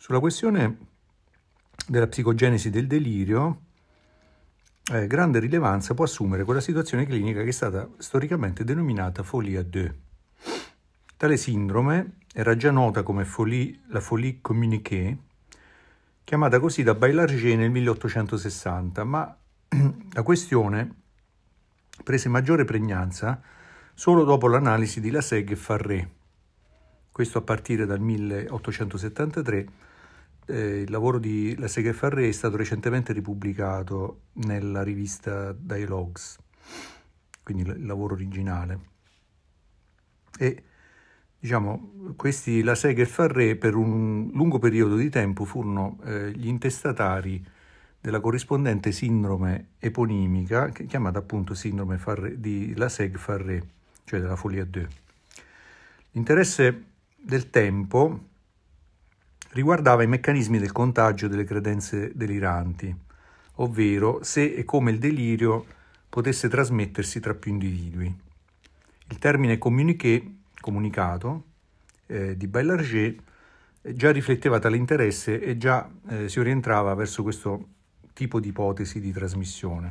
Sulla questione della psicogenesi del delirio, grande rilevanza può assumere quella situazione clinica che è stata storicamente denominata folie à deux. Tale sindrome era già nota come la folie communiquée, chiamata così da Baillarger nel 1860, ma la questione prese maggiore pregnanza solo dopo l'analisi di Lasègue e Farré. Questo a partire dal 1873. Il lavoro di Lasègue e Farré è stato recentemente ripubblicato nella rivista Dialogues, quindi il lavoro originale. E questi Lasègue e Farré per un lungo periodo di tempo furono gli intestatari della corrispondente sindrome eponimica, chiamata appunto sindrome di Lasègue-Farré, cioè della folie à deux. L'interesse del tempo riguardava i meccanismi del contagio delle credenze deliranti, ovvero se e come il delirio potesse trasmettersi tra più individui. Il termine comunicato di Baillarger già rifletteva tale interesse e già si orientava verso questo tipo di ipotesi di trasmissione.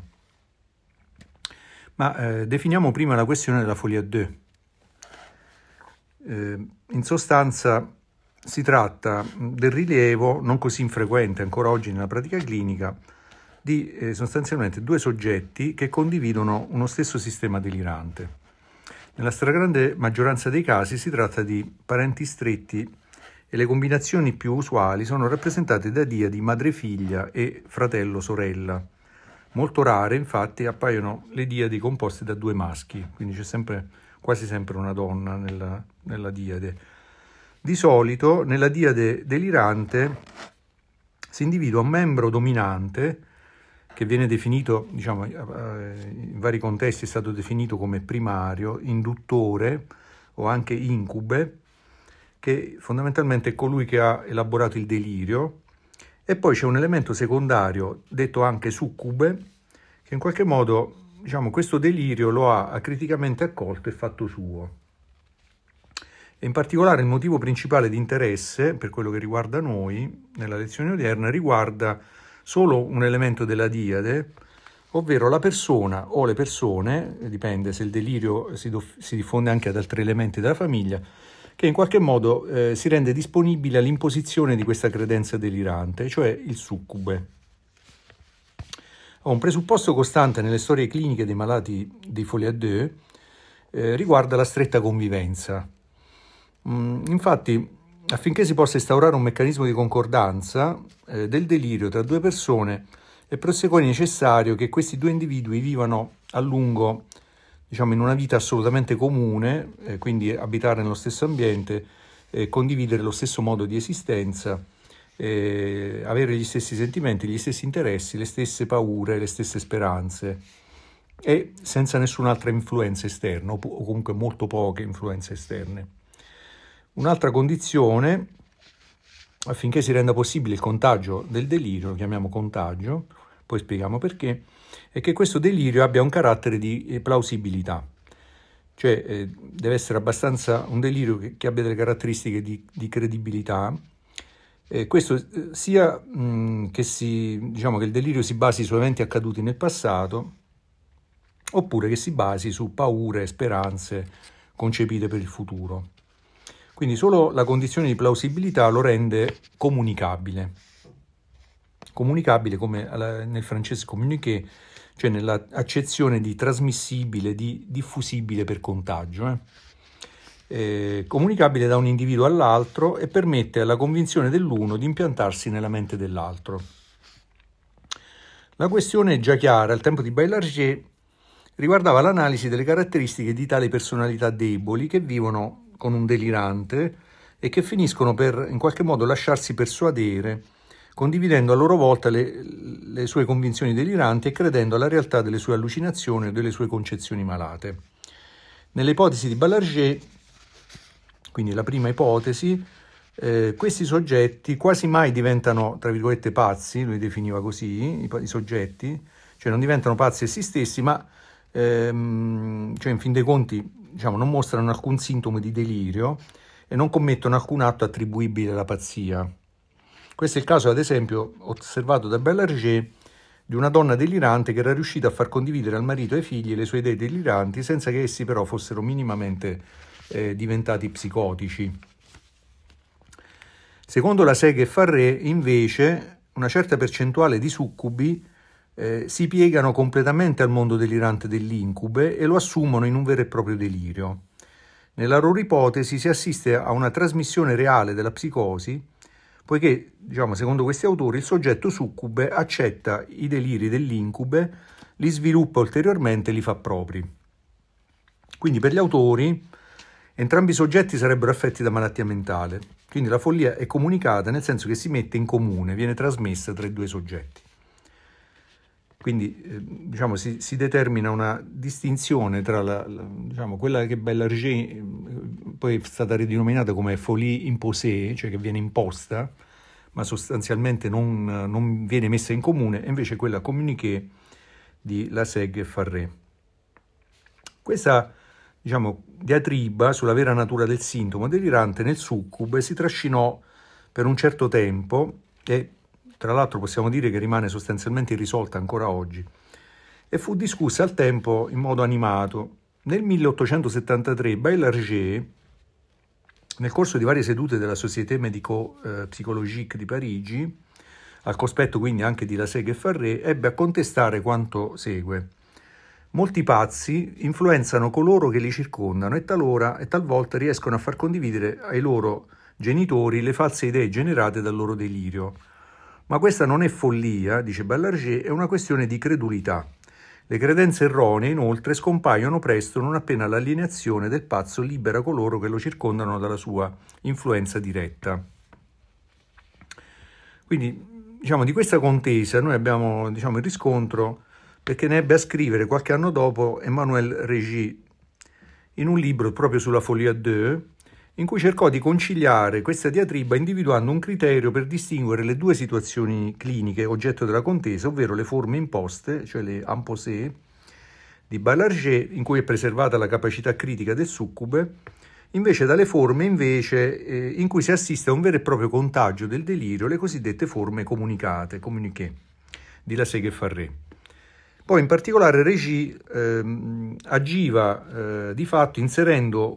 Ma definiamo prima la questione della folie à deux. In sostanza si tratta del rilievo, non così infrequente ancora oggi nella pratica clinica, di sostanzialmente due soggetti che condividono uno stesso sistema delirante. Nella stragrande maggioranza dei casi si tratta di parenti stretti e le combinazioni più usuali sono rappresentate da diadi madre-figlia e fratello-sorella. Molto rare, infatti, appaiono le diadi composte da due maschi, quindi c'è quasi sempre una donna nella diade. Di solito, nella diade delirante si individua un membro dominante che viene definito, in vari contesti è stato definito come primario, induttore o anche incube, che fondamentalmente è colui che ha elaborato il delirio, e poi c'è un elemento secondario, detto anche succube, che in qualche modo questo delirio lo ha acriticamente accolto e fatto suo. E in particolare il motivo principale di interesse, per quello che riguarda noi, nella lezione odierna, riguarda solo un elemento della diade, ovvero la persona o le persone, dipende se il delirio si diffonde anche ad altri elementi della famiglia, che in qualche modo si rende disponibile all'imposizione di questa credenza delirante, cioè il succube. Un presupposto costante nelle storie cliniche dei malati di folie à deux riguarda la stretta convivenza. Infatti, affinché si possa instaurare un meccanismo di concordanza del delirio tra due persone, è pressoché necessario che questi due individui vivano a lungo, in una vita assolutamente comune, quindi abitare nello stesso ambiente, condividere lo stesso modo di esistenza, avere gli stessi sentimenti, gli stessi interessi, le stesse paure, le stesse speranze, e senza nessun'altra influenza esterna, o comunque molto poche influenze esterne. Un'altra condizione affinché si renda possibile il contagio del delirio, lo chiamiamo contagio, poi spieghiamo perché, è che questo delirio abbia un carattere di plausibilità, cioè deve essere abbastanza un delirio che abbia delle caratteristiche di credibilità. Questo sia che il delirio si basi su eventi accaduti nel passato, oppure che si basi su paure e speranze concepite per il futuro. Quindi solo la condizione di plausibilità lo rende comunicabile. Comunicabile come nel francese communiquer, cioè nell'accezione di trasmissibile, di diffusibile per contagio. Comunicabile da un individuo all'altro e permette alla convinzione dell'uno di impiantarsi nella mente dell'altro. La questione già chiara al tempo di Baillarger riguardava l'analisi delle caratteristiche di tali personalità deboli che vivono con un delirante e che finiscono per in qualche modo lasciarsi persuadere, condividendo a loro volta le sue convinzioni deliranti e credendo alla realtà delle sue allucinazioni o delle sue concezioni malate. Nelle ipotesi di Baillarger, quindi la prima ipotesi, questi soggetti quasi mai diventano, tra virgolette, pazzi, lui definiva così i soggetti, cioè non diventano pazzi essi stessi, ma in fin dei conti non mostrano alcun sintomo di delirio e non commettono alcun atto attribuibile alla pazzia. Questo è il caso, ad esempio, osservato da Baillarger, di una donna delirante che era riuscita a far condividere al marito e ai figli le sue idee deliranti senza che essi però fossero minimamente diventati psicotici. Secondo la Seghe e Farré, invece, una certa percentuale di succubi si piegano completamente al mondo delirante dell'incube e lo assumono in un vero e proprio delirio. Nella loro ipotesi si assiste a una trasmissione reale della psicosi, poiché, secondo questi autori, il soggetto succube accetta i deliri dell'incube, li sviluppa ulteriormente e li fa propri. Quindi per gli autori entrambi i soggetti sarebbero affetti da malattia mentale, quindi la follia è comunicata nel senso che si mette in comune, viene trasmessa tra i due soggetti. Quindi si determina una distinzione tra quella che Baillarger poi è stata ridenominata come folie imposée, cioè che viene imposta, ma sostanzialmente non viene messa in comune, e invece quella communiquée di La Seghe e Farré. Questa diatriba sulla vera natura del sintomo delirante nel succube si trascinò per un certo tempo e tra l'altro possiamo dire che rimane sostanzialmente irrisolta ancora oggi, e fu discussa al tempo in modo animato. Nel 1873 Baillarger, nel corso di varie sedute della Société Médico-Psychologique di Parigi, al cospetto quindi anche di La Seghe e Farré, ebbe a contestare quanto segue. Molti pazzi influenzano coloro che li circondano e talvolta riescono a far condividere ai loro genitori le false idee generate dal loro delirio. Ma questa non è follia, dice Baillarger, è una questione di credulità. Le credenze erronee, inoltre, scompaiono presto non appena l'alienazione del pazzo libera coloro che lo circondano dalla sua influenza diretta. Quindi, di questa contesa noi abbiamo, il riscontro perché ne ebbe a scrivere qualche anno dopo Emmanuel Régis in un libro proprio sulla folie à deux, in cui cercò di conciliare questa diatriba individuando un criterio per distinguere le due situazioni cliniche oggetto della contesa, ovvero le forme imposte, cioè le imposées, di Baillarger, in cui è preservata la capacità critica del succube, invece dalle forme in cui si assiste a un vero e proprio contagio del delirio, le cosiddette forme comunicate, communiquée, di La Seghe e Farré. Poi in particolare Régis agiva di fatto inserendo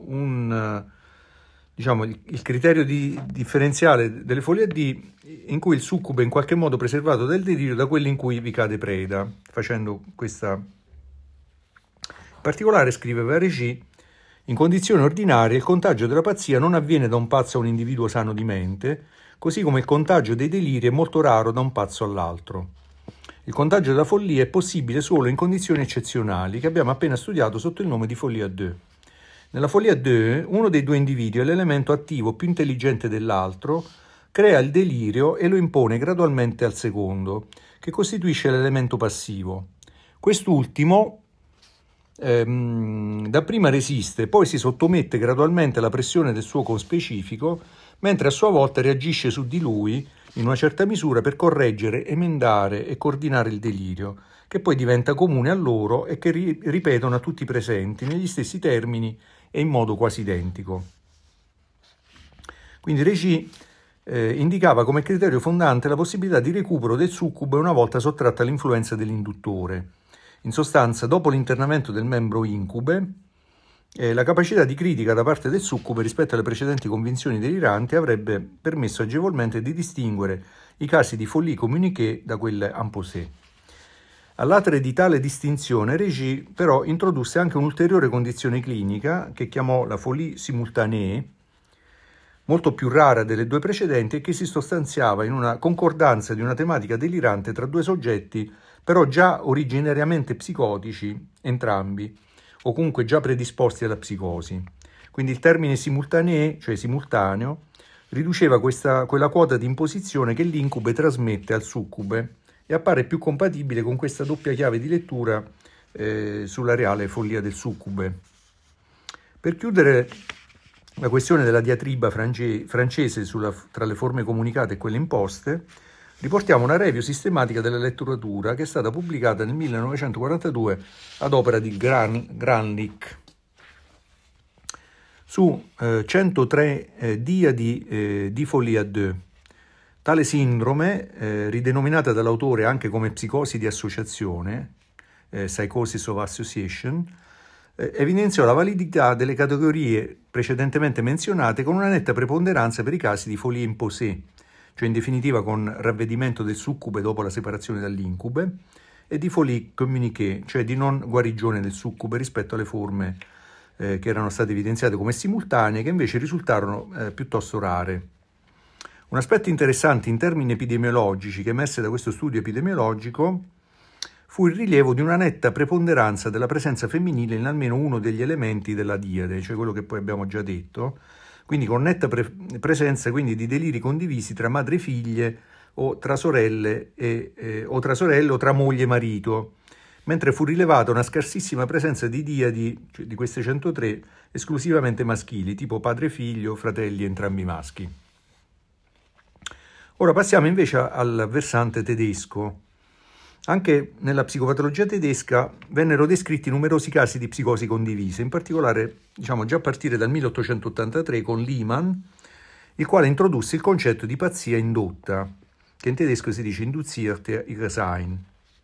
il criterio differenziale delle folie D, in cui il succube è in qualche modo preservato dal delirio da quelli in cui vi cade preda, facendo questa. In particolare, scriveva Régis, in condizioni ordinarie il contagio della pazzia non avviene da un pazzo a un individuo sano di mente, così come il contagio dei deliri è molto raro da un pazzo all'altro. Il contagio della follia è possibile solo in condizioni eccezionali, che abbiamo appena studiato sotto il nome di folie à deux. Nella folie à deux, uno dei due individui è l'elemento attivo più intelligente dell'altro, crea il delirio e lo impone gradualmente al secondo, che costituisce l'elemento passivo. Quest'ultimo dapprima resiste, poi si sottomette gradualmente alla pressione del suo conspecifico, mentre a sua volta reagisce su di lui in una certa misura per correggere, emendare e coordinare il delirio, che poi diventa comune a loro e che ripetono a tutti i presenti negli stessi termini e in modo quasi identico. Quindi Régis indicava come criterio fondante la possibilità di recupero del succube una volta sottratta all'influenza dell'induttore. In sostanza, dopo l'internamento del membro incube, la capacità di critica da parte del succube rispetto alle precedenti convinzioni deliranti avrebbe permesso agevolmente di distinguere i casi di folie communiquée da quelle imposées. All'atere di tale distinzione, Régis però introdusse anche un'ulteriore condizione clinica che chiamò la folie simultanée, molto più rara delle due precedenti e che si sostanziava in una concordanza di una tematica delirante tra due soggetti, però già originariamente psicotici entrambi, o comunque già predisposti alla psicosi. Quindi il termine simultanée, cioè simultaneo, riduceva quella quota di imposizione che l'incube trasmette al succube e appare più compatibile con questa doppia chiave di lettura sulla reale follia del succube. Per chiudere la questione della diatriba francese tra le forme comunicate e quelle imposte, riportiamo una review sistematica della letteratura che è stata pubblicata nel 1942 ad opera di Granlich su 103 diadi di folie à deux, Tale sindrome, ridenominata dall'autore anche come psicosi di associazione, psychosis of association, evidenziò la validità delle categorie precedentemente menzionate con una netta preponderanza per i casi di folie imposée, cioè in definitiva con ravvedimento del succube dopo la separazione dall'incube, e di folie communiquée, cioè di non guarigione del succube rispetto alle forme che erano state evidenziate come simultanee, che invece risultarono piuttosto rare. Un aspetto interessante in termini epidemiologici che emerse da questo studio epidemiologico fu il rilievo di una netta preponderanza della presenza femminile in almeno uno degli elementi della diade, cioè quello che poi abbiamo già detto, quindi con netta presenza quindi di deliri condivisi tra madre e figlie o tra sorelle o tra moglie e marito, mentre fu rilevata una scarsissima presenza di diadi, cioè di queste 103, esclusivamente maschili, tipo padre-figlio, fratelli entrambi maschi. Ora passiamo invece al versante tedesco. Anche nella psicopatologia tedesca vennero descritti numerosi casi di psicosi condivise, in particolare già a partire dal 1883 con Liemann, il quale introdusse il concetto di pazzia indotta, che in tedesco si dice induzierte Irrsein.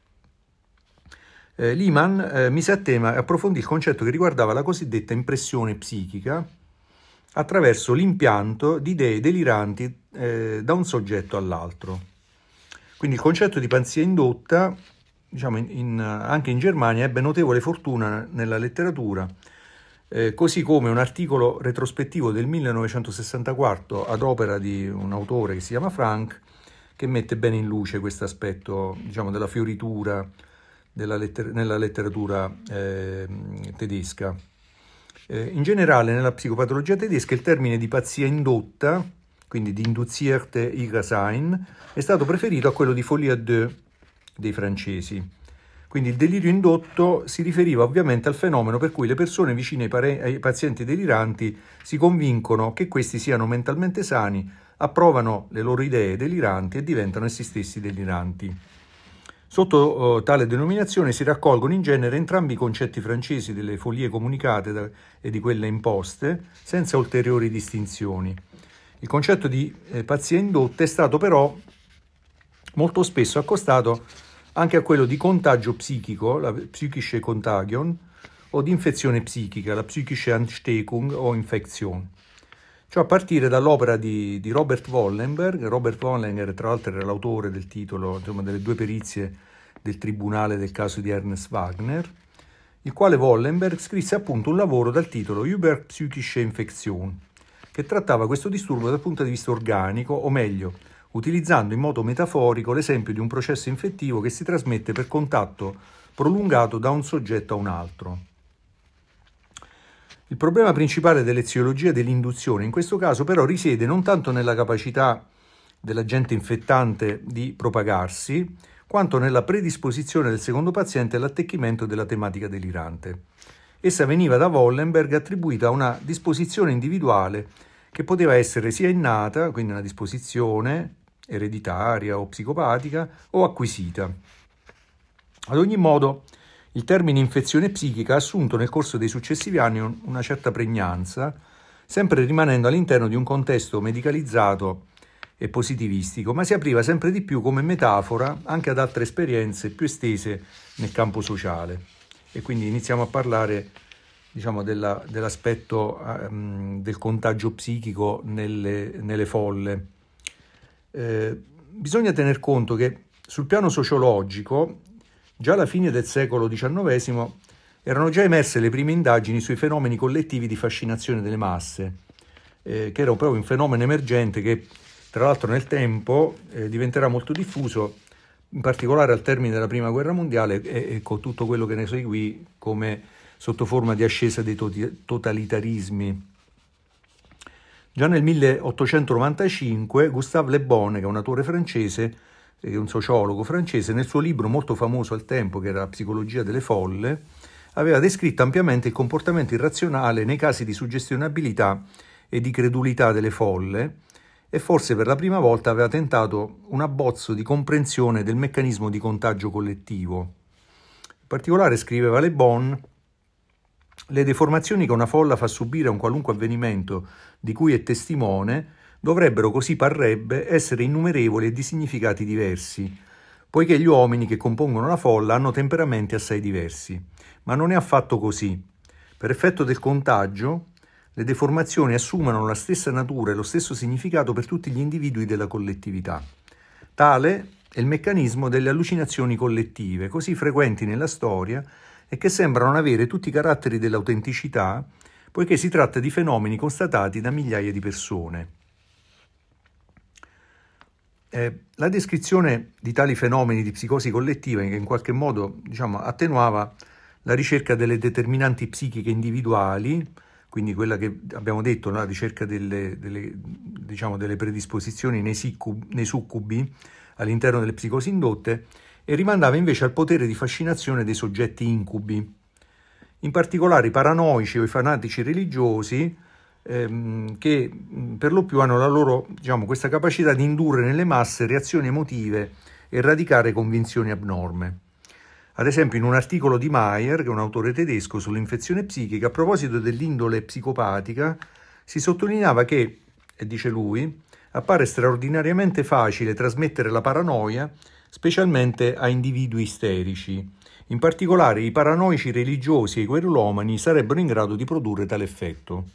Liemann mise a tema e approfondì il concetto che riguardava la cosiddetta impressione psichica attraverso l'impianto di idee deliranti da un soggetto all'altro. Quindi il concetto di pazzia indotta, anche in Germania, ebbe notevole fortuna nella letteratura, così come un articolo retrospettivo del 1964 ad opera di un autore che si chiama Frank, che mette bene in luce questo aspetto della fioritura nella letteratura tedesca. In generale nella psicopatologia tedesca il termine di pazzia indotta, quindi di induzierte Irrsein, è stato preferito a quello di folie à deux dei francesi. Quindi il delirio indotto si riferiva ovviamente al fenomeno per cui le persone vicine ai pazienti deliranti si convincono che questi siano mentalmente sani, approvano le loro idee deliranti e diventano essi stessi deliranti. Sotto tale denominazione si raccolgono in genere entrambi i concetti francesi delle folie comunicate e di quelle imposte, senza ulteriori distinzioni. Il concetto di pazzia indotta è stato però molto spesso accostato anche a quello di contagio psichico, la psychische Contagion, o di infezione psichica, la psychische Ansteckung o Infektion. Ciò a partire dall'opera di Robert Wallenberg. Robert Wallenberg, tra l'altro, era l'autore del titolo, delle due perizie del tribunale del caso di Ernst Wagner, il quale Wallenberg scrisse appunto un lavoro dal titolo Überpsychische Infektion, che trattava questo disturbo dal punto di vista organico, o meglio, utilizzando in modo metaforico l'esempio di un processo infettivo che si trasmette per contatto prolungato da un soggetto a un altro. Il problema principale dell'eziologia dell'induzione in questo caso però risiede non tanto nella capacità dell'agente infettante di propagarsi, quanto nella predisposizione del secondo paziente all'attecchimento della tematica delirante. Essa veniva da Wallenberg attribuita a una disposizione individuale che poteva essere sia innata, quindi una disposizione ereditaria o psicopatica, o acquisita. Ad ogni modo, il termine infezione psichica ha assunto nel corso dei successivi anni una certa pregnanza, sempre rimanendo all'interno di un contesto medicalizzato e positivistico, ma si apriva sempre di più come metafora anche ad altre esperienze più estese nel campo sociale. E quindi iniziamo a parlare dell'aspetto del contagio psichico nelle folle. Bisogna tener conto che sul piano sociologico già alla fine del secolo XIX erano già emerse le prime indagini sui fenomeni collettivi di fascinazione delle masse, che era proprio un fenomeno emergente che tra l'altro nel tempo diventerà molto diffuso, in particolare al termine della Prima Guerra Mondiale e con tutto quello che ne seguì come sotto forma di ascesa dei totalitarismi. Già nel 1895 Gustave Le Bon, che è un autore francese, un sociologo francese, nel suo libro molto famoso al tempo, che era La psicologia delle folle, aveva descritto ampiamente il comportamento irrazionale nei casi di suggestionabilità e di credulità delle folle, e forse per la prima volta aveva tentato un abbozzo di comprensione del meccanismo di contagio collettivo. In particolare, scriveva Le Bon, le deformazioni che una folla fa subire a un qualunque avvenimento di cui è testimone dovrebbero, così parrebbe, essere innumerevoli e di significati diversi, poiché gli uomini che compongono la folla hanno temperamenti assai diversi. Ma non è affatto così. Per effetto del contagio, le deformazioni assumono la stessa natura e lo stesso significato per tutti gli individui della collettività. Tale è il meccanismo delle allucinazioni collettive, così frequenti nella storia e che sembrano avere tutti i caratteri dell'autenticità, poiché si tratta di fenomeni constatati da migliaia di persone. La descrizione di tali fenomeni di psicosi collettiva, che in qualche modo, attenuava la ricerca delle determinanti psichiche individuali, quindi quella che abbiamo detto, la ricerca delle predisposizioni nei succubi all'interno delle psicosi indotte, e rimandava invece al potere di fascinazione dei soggetti incubi, in particolare i paranoici o i fanatici religiosi, che per lo più hanno la loro, questa capacità di indurre nelle masse reazioni emotive e radicare convinzioni abnormi. Ad esempio, in un articolo di Mayer, che è un autore tedesco, sull'infezione psichica, a proposito dell'indole psicopatica, si sottolineava che, e dice lui, appare straordinariamente facile trasmettere la paranoia, specialmente a individui isterici. In particolare, i paranoici religiosi e i querulomani sarebbero in grado di produrre tale effetto.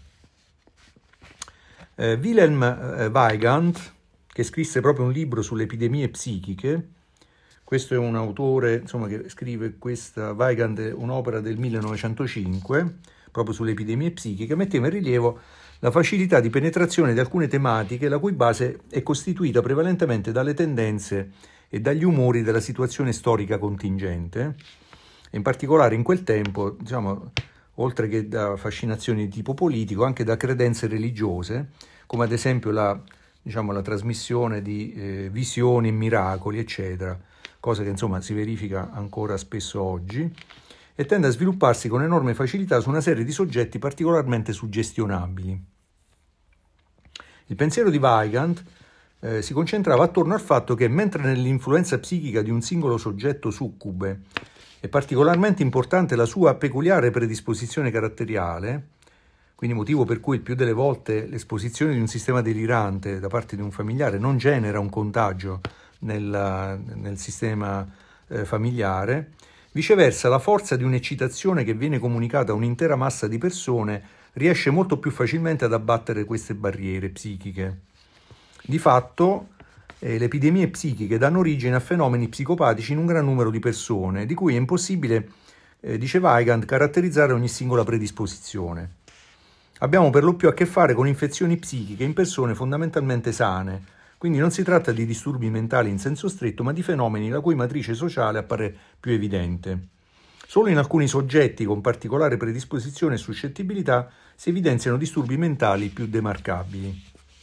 Wilhelm Weigand, che scrisse proprio un libro sulle epidemie psichiche, questo è un autore che scrive questa, Weigand, un'opera del 1905, proprio sulle epidemie psichiche, metteva in rilievo la facilità di penetrazione di alcune tematiche la cui base è costituita prevalentemente dalle tendenze e dagli umori della situazione storica contingente, e in particolare in quel tempo, oltre che da fascinazioni di tipo politico, anche da credenze religiose, come ad esempio la trasmissione di visioni e miracoli, eccetera, cosa che si verifica ancora spesso oggi, e tende a svilupparsi con enorme facilità su una serie di soggetti particolarmente suggestionabili. Il pensiero di Weigand si concentrava attorno al fatto che, mentre nell'influenza psichica di un singolo soggetto succube è particolarmente importante la sua peculiare predisposizione caratteriale, quindi motivo per cui il più delle volte l'esposizione di un sistema delirante da parte di un familiare non genera un contagio nel sistema familiare, viceversa la forza di un'eccitazione che viene comunicata a un'intera massa di persone riesce molto più facilmente ad abbattere queste barriere psichiche. Di fatto, le epidemie psichiche danno origine a fenomeni psicopatici in un gran numero di persone, di cui è impossibile, dice Weigand, caratterizzare ogni singola predisposizione. Abbiamo per lo più a che fare con infezioni psichiche in persone fondamentalmente sane, quindi non si tratta di disturbi mentali in senso stretto, ma di fenomeni la cui matrice sociale appare più evidente. Solo in alcuni soggetti con particolare predisposizione e suscettibilità si evidenziano disturbi mentali più demarcabili.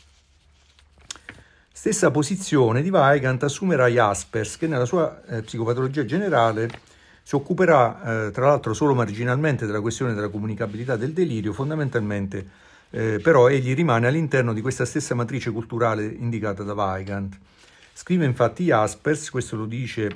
Stessa posizione di Weigand assumerà Jaspers, che nella sua psicopatologia generale si occuperà tra l'altro solo marginalmente della questione della comunicabilità del delirio, fondamentalmente però egli rimane all'interno di questa stessa matrice culturale indicata da Weigand. Scrive infatti Jaspers, questo lo dice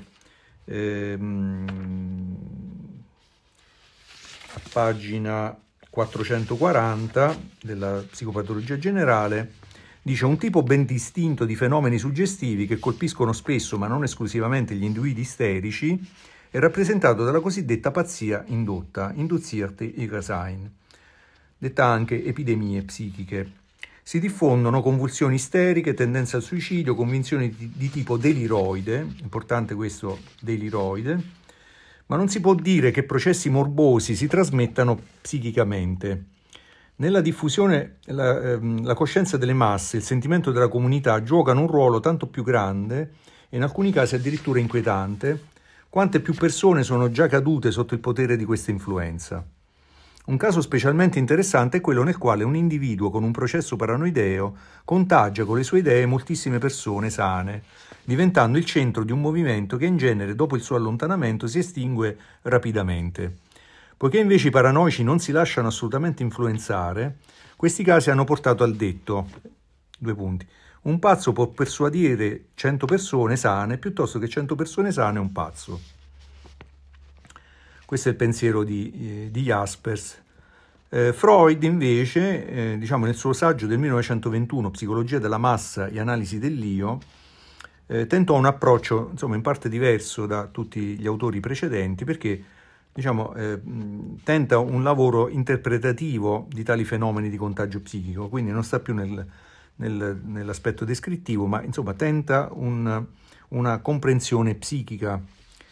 a pagina 440 della psicopatologia generale, dice: un tipo ben distinto di fenomeni suggestivi che colpiscono spesso ma non esclusivamente gli individui isterici è rappresentato dalla cosiddetta pazzia indotta, induzierte Irrsein, detta anche epidemie psichiche. Si diffondono convulsioni isteriche, tendenze al suicidio, convinzioni di tipo deliroide, importante questo deliroide, ma non si può dire che processi morbosi si trasmettano psichicamente. Nella diffusione la coscienza delle masse, il sentimento della comunità giocano un ruolo tanto più grande, e in alcuni casi addirittura inquietante, quante più persone sono già cadute sotto il potere di questa influenza. Un caso specialmente interessante è quello nel quale un individuo con un processo paranoideo contagia con le sue idee moltissime persone sane, diventando il centro di un movimento che in genere dopo il suo allontanamento si estingue rapidamente. Poiché invece i paranoici non si lasciano assolutamente influenzare, questi casi hanno portato al detto, un pazzo può persuadere 100 persone sane piuttosto che 100 persone sane un pazzo. Questo è il pensiero di Jaspers Freud invece, diciamo nel suo saggio del 1921, Psicologia della massa e analisi dell'io, tentò un approccio insomma in parte diverso da tutti gli autori precedenti, perché diciamo, tenta un lavoro interpretativo di tali fenomeni di contagio psichico, quindi non sta più nell'aspetto descrittivo, ma insomma tenta una comprensione psichica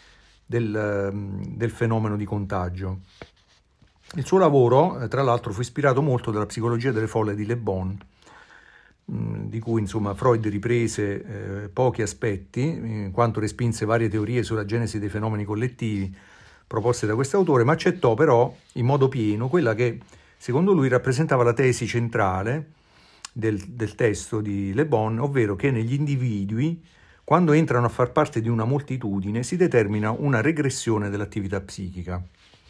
del fenomeno di contagio. Il suo lavoro, tra l'altro, fu ispirato molto dalla psicologia delle folle di Le Bon, di cui insomma Freud riprese pochi aspetti, in quanto respinse varie teorie sulla genesi dei fenomeni collettivi proposte da quest'autore, ma accettò però in modo pieno quella che secondo lui rappresentava la tesi centrale del testo di Le Bon, ovvero che negli individui, quando entrano a far parte di una moltitudine, si determina una regressione dell'attività psichica.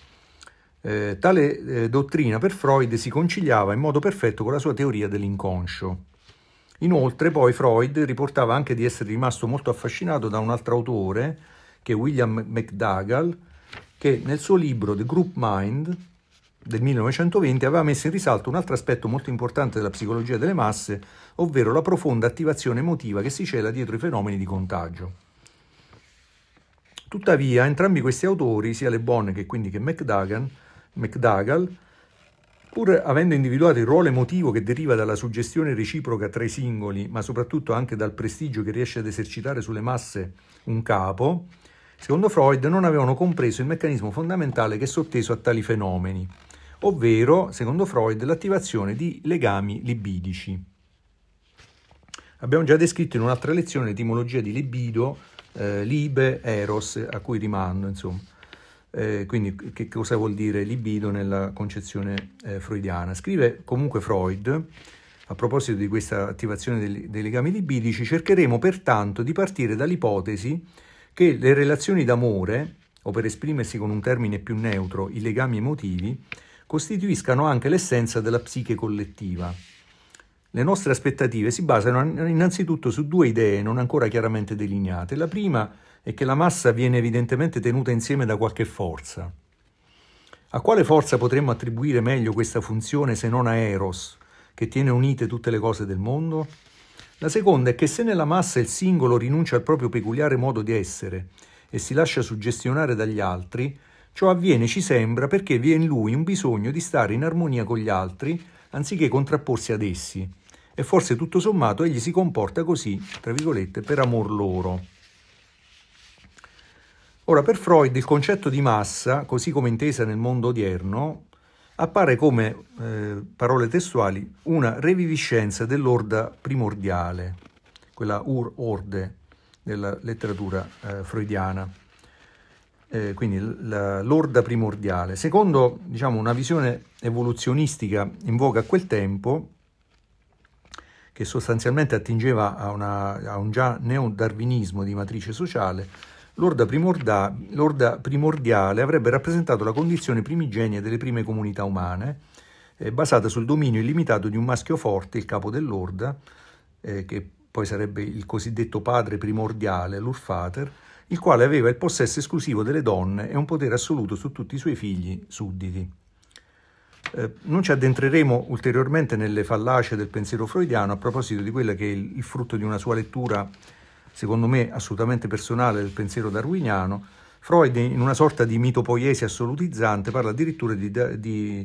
Tale dottrina per Freud si conciliava in modo perfetto con la sua teoria dell'inconscio. Inoltre poi Freud riportava anche di essere rimasto molto affascinato da un altro autore, che è William McDougall, che nel suo libro The Group Mind del 1920 aveva messo in risalto un altro aspetto molto importante della psicologia delle masse, ovvero la profonda attivazione emotiva che si cela dietro i fenomeni di contagio. Tuttavia, entrambi questi autori, sia Le Bon che McDougall, pur avendo individuato il ruolo emotivo che deriva dalla suggestione reciproca tra i singoli, ma soprattutto anche dal prestigio che riesce ad esercitare sulle masse un capo, secondo Freud non avevano compreso il meccanismo fondamentale che è sotteso a tali fenomeni, ovvero, secondo Freud, l'attivazione di legami libidici. Abbiamo già descritto in un'altra lezione l'etimologia di libido, libe, eros, a cui rimando, insomma. Quindi che cosa vuol dire libido nella concezione freudiana? Scrive comunque Freud, a proposito di questa attivazione dei legami libidici: cercheremo pertanto di partire dall'ipotesi che le relazioni d'amore, o per esprimersi con un termine più neutro, i legami emotivi, costituiscano anche l'essenza della psiche collettiva. Le nostre aspettative si basano innanzitutto su due idee non ancora chiaramente delineate. La prima è che la massa viene evidentemente tenuta insieme da qualche forza. A quale forza potremmo attribuire meglio questa funzione se non a Eros, che tiene unite tutte le cose del mondo? La seconda è che se nella massa il singolo rinuncia al proprio peculiare modo di essere e si lascia suggestionare dagli altri, ciò avviene, ci sembra, perché vi è in lui un bisogno di stare in armonia con gli altri anziché contrapporsi ad essi, e forse tutto sommato egli si comporta così, tra virgolette, per amor loro. Ora, per Freud il concetto di massa, così come intesa nel mondo odierno, appare come, parole testuali, una reviviscenza dell'orda primordiale, quella ur-orde della letteratura freudiana, quindi l'orda primordiale. Secondo, diciamo, una visione evoluzionistica in voga a quel tempo, che sostanzialmente attingeva a un già neodarwinismo di matrice sociale, l'orda primordiale avrebbe rappresentato la condizione primigenia delle prime comunità umane, basata sul dominio illimitato di un maschio forte, il capo dell'orda, che poi sarebbe il cosiddetto padre primordiale, l'Urvater, il quale aveva il possesso esclusivo delle donne e un potere assoluto su tutti i suoi figli sudditi. Non ci addentreremo ulteriormente nelle fallacie del pensiero freudiano a proposito di quella che è il frutto di una sua lettura, secondo me assolutamente personale, del pensiero darwiniano. Freud, in una sorta di mitopoiesi assolutizzante, parla addirittura di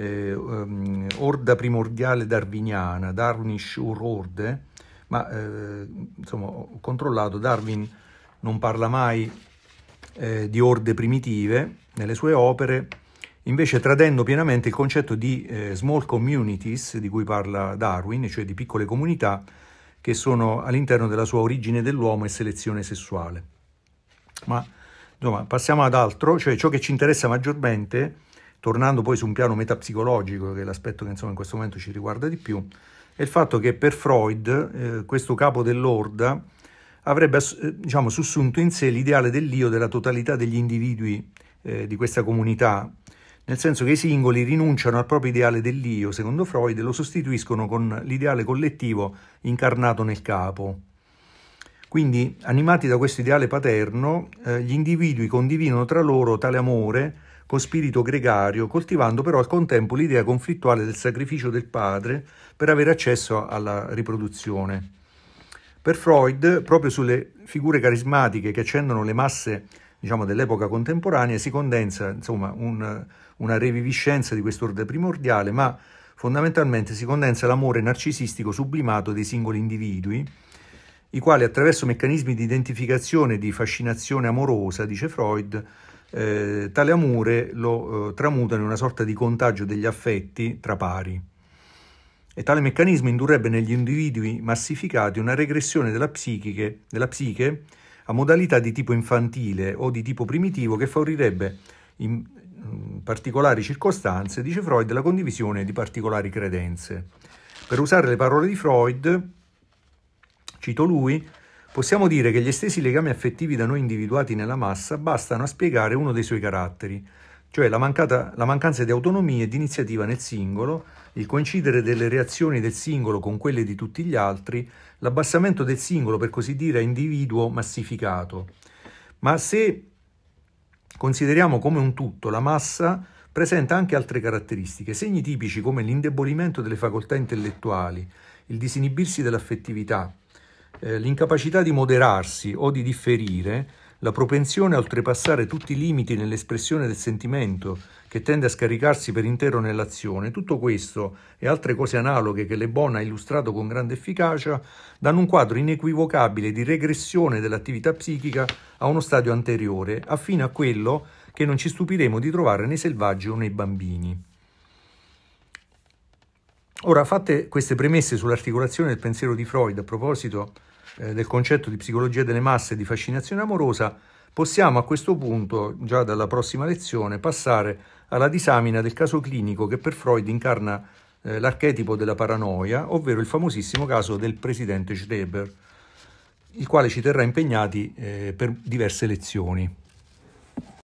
orda primordiale darwiniana, Darwinisch Urorde, ma insomma, ho controllato, Darwin non parla mai di orde primitive nelle sue opere, invece tradendo pienamente il concetto di small communities di cui parla Darwin, cioè di piccole comunità che sono all'interno della sua origine dell'uomo e selezione sessuale. Ma insomma, passiamo ad altro, cioè ciò che ci interessa maggiormente, tornando poi su un piano metapsicologico, che è l'aspetto che insomma in questo momento ci riguarda di più, è il fatto che per Freud questo capo dell'orda avrebbe diciamo, sussunto in sé l'ideale dell'io della totalità degli individui di questa comunità, nel senso che i singoli rinunciano al proprio ideale dell'io, secondo Freud, e lo sostituiscono con l'ideale collettivo incarnato nel capo. Quindi, animati da questo ideale paterno, gli individui condividono tra loro tale amore con spirito gregario, coltivando però al contempo l'idea conflittuale del sacrificio del padre per avere accesso alla riproduzione. Per Freud, proprio sulle figure carismatiche che accendono le masse, diciamo, dell'epoca contemporanea si condensa, insomma, una reviviscenza di quest'ordine primordiale, ma fondamentalmente si condensa l'amore narcisistico sublimato dei singoli individui, i quali attraverso meccanismi di identificazione e di fascinazione amorosa, dice Freud, tale amore lo tramutano in una sorta di contagio degli affetti tra pari. E tale meccanismo indurrebbe negli individui massificati una regressione della psiche a modalità di tipo infantile o di tipo primitivo che favorirebbe in particolari circostanze, dice Freud, la condivisione di particolari credenze. Per usare le parole di Freud, cito lui, possiamo dire che gli stessi legami affettivi da noi individuati nella massa bastano a spiegare uno dei suoi caratteri, cioè la mancanza di autonomia e di iniziativa nel singolo, il coincidere delle reazioni del singolo con quelle di tutti gli altri, l'abbassamento del singolo, per così dire, a individuo massificato. Ma se consideriamo come un tutto, la massa presenta anche altre caratteristiche, segni tipici come l'indebolimento delle facoltà intellettuali, il disinibirsi dell'affettività, l'incapacità di moderarsi o di differire, la propensione a oltrepassare tutti i limiti nell'espressione del sentimento che tende a scaricarsi per intero nell'azione. Tutto questo e altre cose analoghe che Le Bon ha illustrato con grande efficacia danno un quadro inequivocabile di regressione dell'attività psichica a uno stadio anteriore, affine a quello che non ci stupiremo di trovare nei selvaggi o nei bambini. Ora, fatte queste premesse sull'articolazione del pensiero di Freud a proposito del concetto di psicologia delle masse e di fascinazione amorosa, possiamo a questo punto, già dalla prossima lezione, passare alla disamina del caso clinico che per Freud incarna l'archetipo della paranoia, ovvero il famosissimo caso del presidente Schreber, il quale ci terrà impegnati per diverse lezioni.